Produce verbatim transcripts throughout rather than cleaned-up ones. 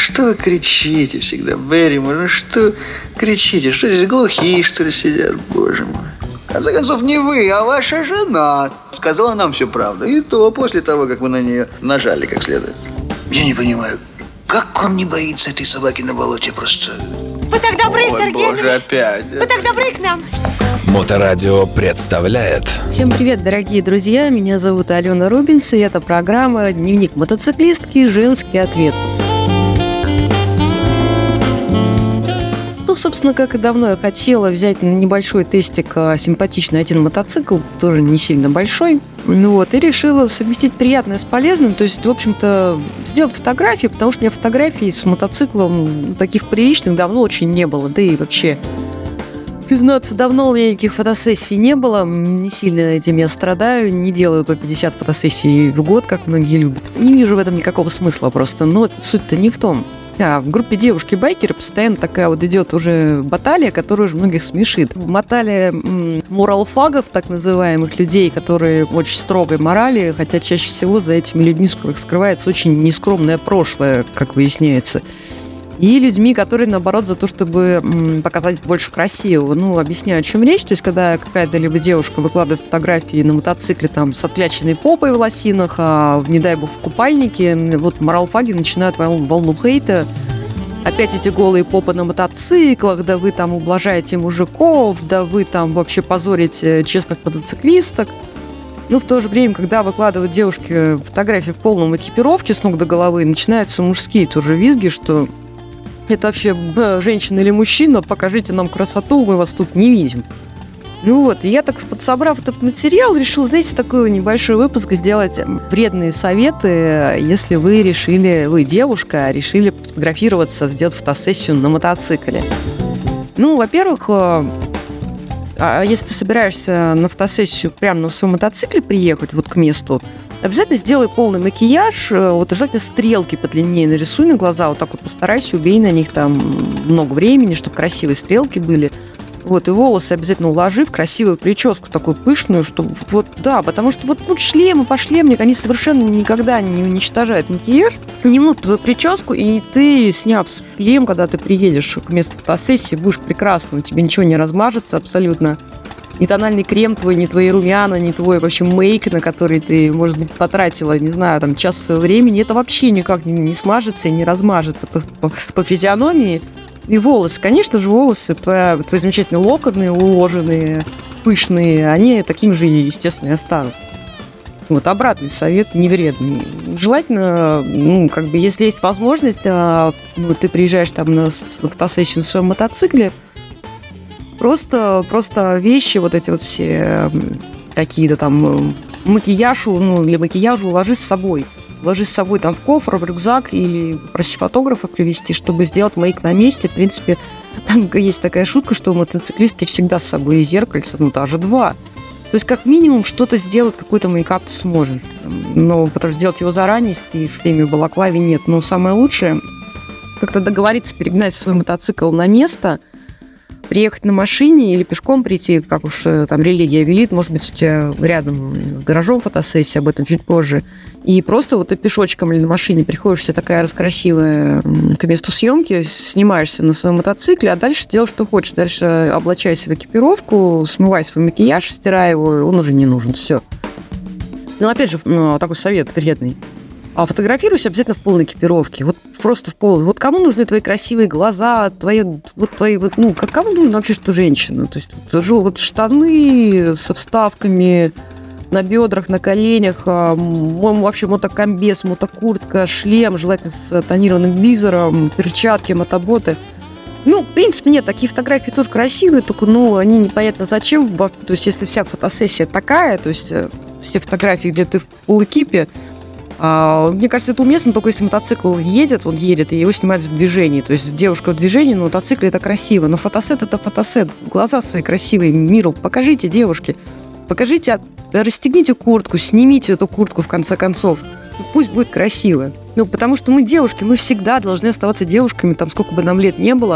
что вы кричите всегда, Берримор? Ну что кричите? Что здесь глухие, что ли, сидят? Боже мой. В конце концов, не вы, а ваша жена сказала нам всю правду. И то после того, как вы на нее нажали как следует. Я не понимаю, как он не боится этой собаки на болоте просто... Вы так добры, Ой, Сергей. Боже, опять. Вы так добры к нам. Моторадио представляет. Всем привет, дорогие друзья. Меня зовут Алена Рубинс, и это программа «Дневник мотоциклистки. Женский ответ». Ну, собственно, как и давно я хотела взять небольшой тестик симпатичный один мотоцикл, тоже не сильно большой, ну вот, и решила совместить приятное с полезным, то есть, в общем-то, сделать фотографии, потому что у меня фотографий с мотоциклом таких приличных давно очень не было, да и вообще, признаться, давно у меня никаких фотосессий не было, не сильно этим я страдаю, не делаю по пятьдесят фотосессий в год, как многие любят. Не вижу в этом никакого смысла просто, но суть-то не в том. А, в группе девушки-байкеры постоянно такая вот идет уже баталия, которая уже многих смешит. Баталия м- моралфагов, так называемых людей, которые очень строгой морали, хотя чаще всего за этими людьми скрывается очень нескромное прошлое, как выясняется. И людьми, которые, наоборот, за то, чтобы м, показать больше красивого. Ну, объясняю, о чем речь. То есть, когда какая-то либо девушка выкладывает фотографии на мотоцикле там, с откляченной попой в лосинах, а, не дай бог, в купальнике, вот моралфаги начинают волну, волну хейта. Опять эти голые попы на мотоциклах, да вы там ублажаете мужиков, да вы там вообще позорите честных мотоциклисток. Ну, в то же время, когда выкладывают девушки фотографии в полном экипировке с ног до головы, начинаются мужские тоже визги, что... Это вообще женщина или мужчина, покажите нам красоту, мы вас тут не видим. Ну вот, и я так, подсобрав этот материал, решил, знаете, такой небольшой выпуск сделать вредные советы, если вы решили, вы девушка, решили фотографироваться, сделать фотосессию на мотоцикле. Ну, во-первых, если ты собираешься на фотосессию прямо на своем мотоцикле приехать, вот к месту, обязательно сделай полный макияж, вот желательно стрелки подлиннее нарисуй на глаза, вот так вот постарайся, убей на них там много времени, чтобы красивые стрелки были. Вот, и волосы обязательно уложи в красивую прическу, такую пышную, чтобы вот, да, потому что вот ну, шлемы по шлемнику, они совершенно никогда не уничтожают макияж, не мнут твою прическу, и ты, сняв шлем, когда ты приедешь к месту фотосессии, будешь прекрасно, у тебя ничего не размажется абсолютно. Ни тональный крем твой, ни твои румяна, ни твой вообще мейк, на который ты, может быть, потратила, не знаю, там, час своего времени, это вообще никак не, не смажется и не размажется по, по, по физиономии. И волосы, конечно же, волосы, твоя, твои замечательные локоны, уложенные, пышные, они такими же, естественно, и останутся. Вот обратный совет, не вредный. Желательно, ну, как бы, если есть возможность, ну, ты приезжаешь там на фотосессию на своем мотоцикле, Просто, просто вещи, вот эти вот все какие-то там макияж, ну, для макияжа уложи с собой. Ложи с собой там в кофр, в рюкзак или проси фотографа привезти, чтобы сделать мейк на месте. В принципе, там есть такая шутка, что мотоциклистки всегда с собой и зеркальце, ну, даже два. То есть, как минимум, что-то сделать, какой-то мейкап ты сможешь. Но потому что делать его заранее, если в шлеме, в балаклаве нет. Но самое лучшее, как-то договориться, перегнать свой мотоцикл на место, приехать на машине или пешком прийти, как уж там религия велит, может быть, у тебя рядом с гаражом фотосессия, об этом чуть позже. И просто вот ты пешочком или на машине приходишь, вся такая раскрасивая к месту съемки, снимаешься на своем мотоцикле, а дальше делай, что хочешь. Дальше облачайся в экипировку, смывай свой макияж, стирай его, он уже не нужен, все. Ну, опять же, ну, такой совет вредный. А фотографируйся обязательно в полной экипировке. Вот просто в полной. Вот кому нужны твои красивые глаза, твои, вот твои, вот, ну, как кому нужна вообще что женщина? То есть вот штаны со вставками на бедрах, на коленях, вообще мотокомбез, мотокуртка, шлем, желательно с тонированным визором, перчатки, мотоботы. Ну, в принципе, нет, такие фотографии тоже красивые, только, ну, они непонятно зачем. То есть, если вся фотосессия такая, то есть все фотографии, где ты в полуэкипе, мне кажется, это уместно только если мотоцикл едет, он едет, и его снимают в движении. То есть девушка в движении на мотоцикле – это красиво, но фотосет – это фотосет. Глаза свои красивые миру покажите, девушки. Покажите, расстегните куртку, снимите эту куртку, в конце концов. Пусть будет красиво. Ну, потому что мы девушки, мы всегда должны оставаться девушками, там сколько бы нам лет не было.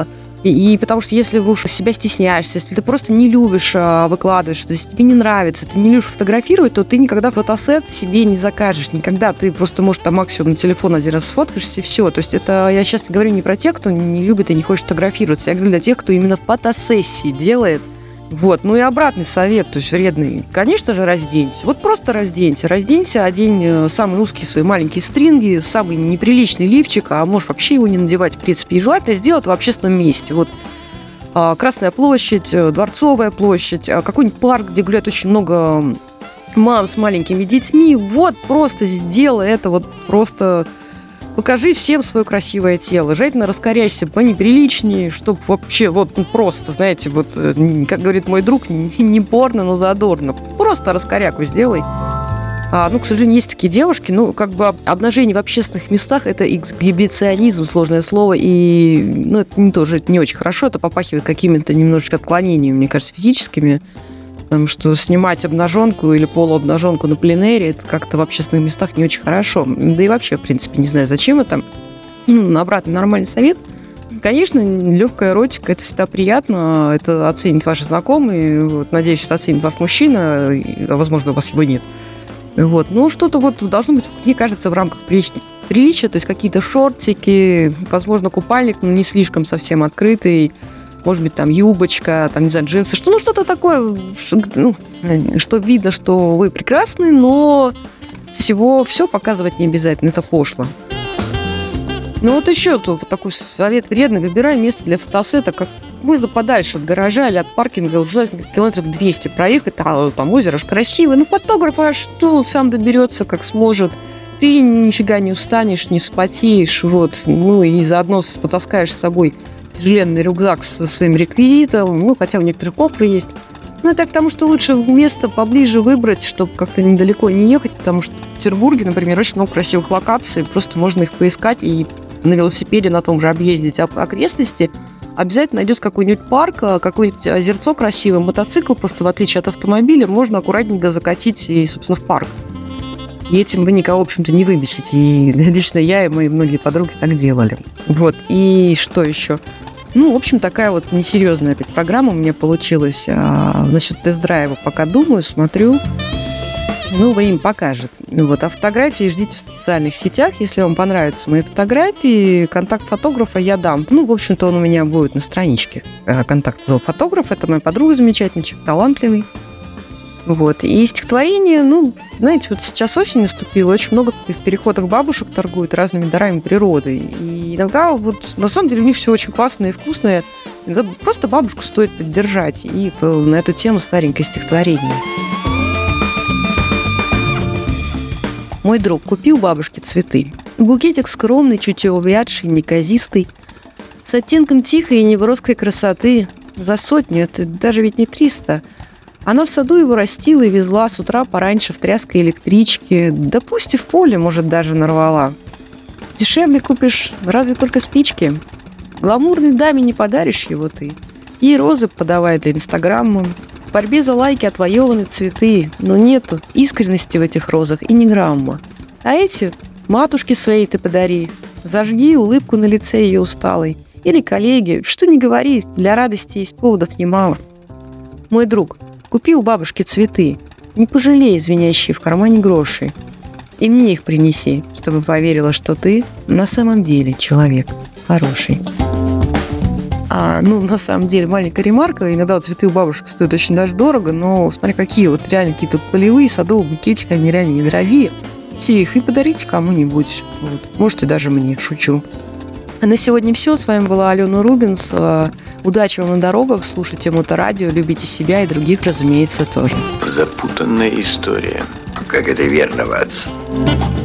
И, и потому что если уж себя стесняешься, если ты просто не любишь а, выкладывать, что если тебе не нравится, ты не любишь фотографировать, то ты никогда фотосет себе не закажешь. Никогда. Ты просто, может, там максимум на телефон один раз сфоткаешься, и все. То есть это я сейчас говорю не про тех, кто не любит и не хочет фотографироваться. Я говорю для тех, кто именно фотосессии делает. Вот. Ну и обратный совет, то есть вредный. Конечно же, разденься. Вот просто разденься. Разденься, одень самые узкие свои маленькие стринги, самый неприличный лифчик, а можешь вообще его не надевать, в принципе. И желательно сделать в общественном месте. Вот Красная площадь, Дворцовая площадь, какой-нибудь парк, где гуляет очень много мам с маленькими детьми. Вот просто сделай это, вот просто покажи всем свое красивое тело. Желательно раскорячься понеприличнее, чтобы вообще вот ну, просто, знаете, вот, как говорит мой друг, не порно, но задорно. Просто раскоряку сделай. А, ну, к сожалению, есть такие девушки, ну, как бы обнажение в общественных местах – это эксгибиционизм, сложное слово, и, ну, это не, тоже не очень хорошо, это попахивает какими-то немножечко отклонениями, мне кажется, физическими, потому что снимать обнаженку или полуобнаженку на пленэре – это как-то в общественных местах не очень хорошо. Да и вообще, в принципе, не знаю, зачем это. Ну, на обратный нормальный совет. Конечно, легкая эротика – это всегда приятно, это оценит ваши знакомые, вот, надеюсь, что оценит ваш мужчина, а, возможно, у вас его нет. Вот. Но что-то вот должно быть, мне кажется, в рамках приличия, то есть какие-то шортики, возможно, купальник, но не слишком совсем открытый, может быть, там юбочка, там, не знаю, джинсы, что, ну, что-то такое, что, ну, что видно, что вы прекрасны, но всего все показывать не обязательно, это пошло. Ну вот еще тут вот такой совет вредный, выбирай место для фотосета как можно подальше от гаража или от паркинга, уже километров двести проехать, а там озеро ж красивое, ну фотограф, а что он сам доберется, как сможет, ты нифига не устанешь, не вспотеешь, вот, ну и заодно потаскаешь с собой тяжеленный рюкзак со своим реквизитом, ну хотя у некоторых кофры есть. Ну это к тому, что лучше место поближе выбрать, чтобы как-то недалеко не ехать, потому что в Петербурге, например, очень много красивых локаций, просто можно их поискать и на велосипеде на том же объездить окрестности. Обязательно найдется какой-нибудь парк, какое-нибудь озерцо красивое, мотоцикл, просто в отличие от автомобиля, можно аккуратненько закатить и, собственно, в парк. И этим вы никого, в общем-то, не выбесите. И лично я и мои многие подруги так делали. Вот. И что еще? Ну, в общем, такая вот несерьезная опять программа у меня получилась. А, насчет тест-драйва пока думаю, смотрю. Ну, время покажет. Вот. А фотографии ждите в социальных сетях. Если вам понравятся мои фотографии, контакт фотографа я дам. Ну, в общем-то, он у меня будет на страничке. Контакт фотографа. Это моя подруга замечательная, человек талантливый. Вот. И стихотворение, ну, знаете, вот сейчас осень наступила, очень много в переходах бабушек торгуют разными дарами природы. И иногда вот, на самом деле, у них все очень классное и вкусное. Иногда просто бабушку стоит поддержать. И на эту тему старенькое стихотворение. Мой друг купил бабушке цветы. Букетик скромный, чуть увядший, неказистый, с оттенком тихой и неброской красоты. За сотню, это даже ведь не триста. Она в саду его растила и везла с утра пораньше в тряской электричке. Да пусть и в поле, может, даже нарвала. Дешевле купишь разве только спички. Гламурной даме не подаришь его ты. Ей розы подавай для инстаграма. В борьбе за лайки отвоеваны цветы, но нету искренности в этих розах и ни грамма. А эти матушке своей ты подари. Зажги улыбку на лице ее усталой. Или коллеге, что ни говори, для радости есть поводов немало. Мой друг, купи у бабушки цветы, не пожалей звенящие в кармане гроши. И мне их принеси, чтобы поверила, что ты на самом деле человек хороший. А, ну, на самом деле, маленькая ремарка. Иногда вот цветы у бабушек стоят очень даже дорого, но смотри, какие вот реально какие-то полевые, садовые букетики, они реально недорогие. Берите их и подарите кому-нибудь. Вот. Можете даже мне, шучу. А на сегодня все. С вами была Алена Рубинс. Удачи вам на дорогах, слушайте Моторадио, любите себя и других, разумеется, тоже. Запутанная история. Как это верно, Ватс?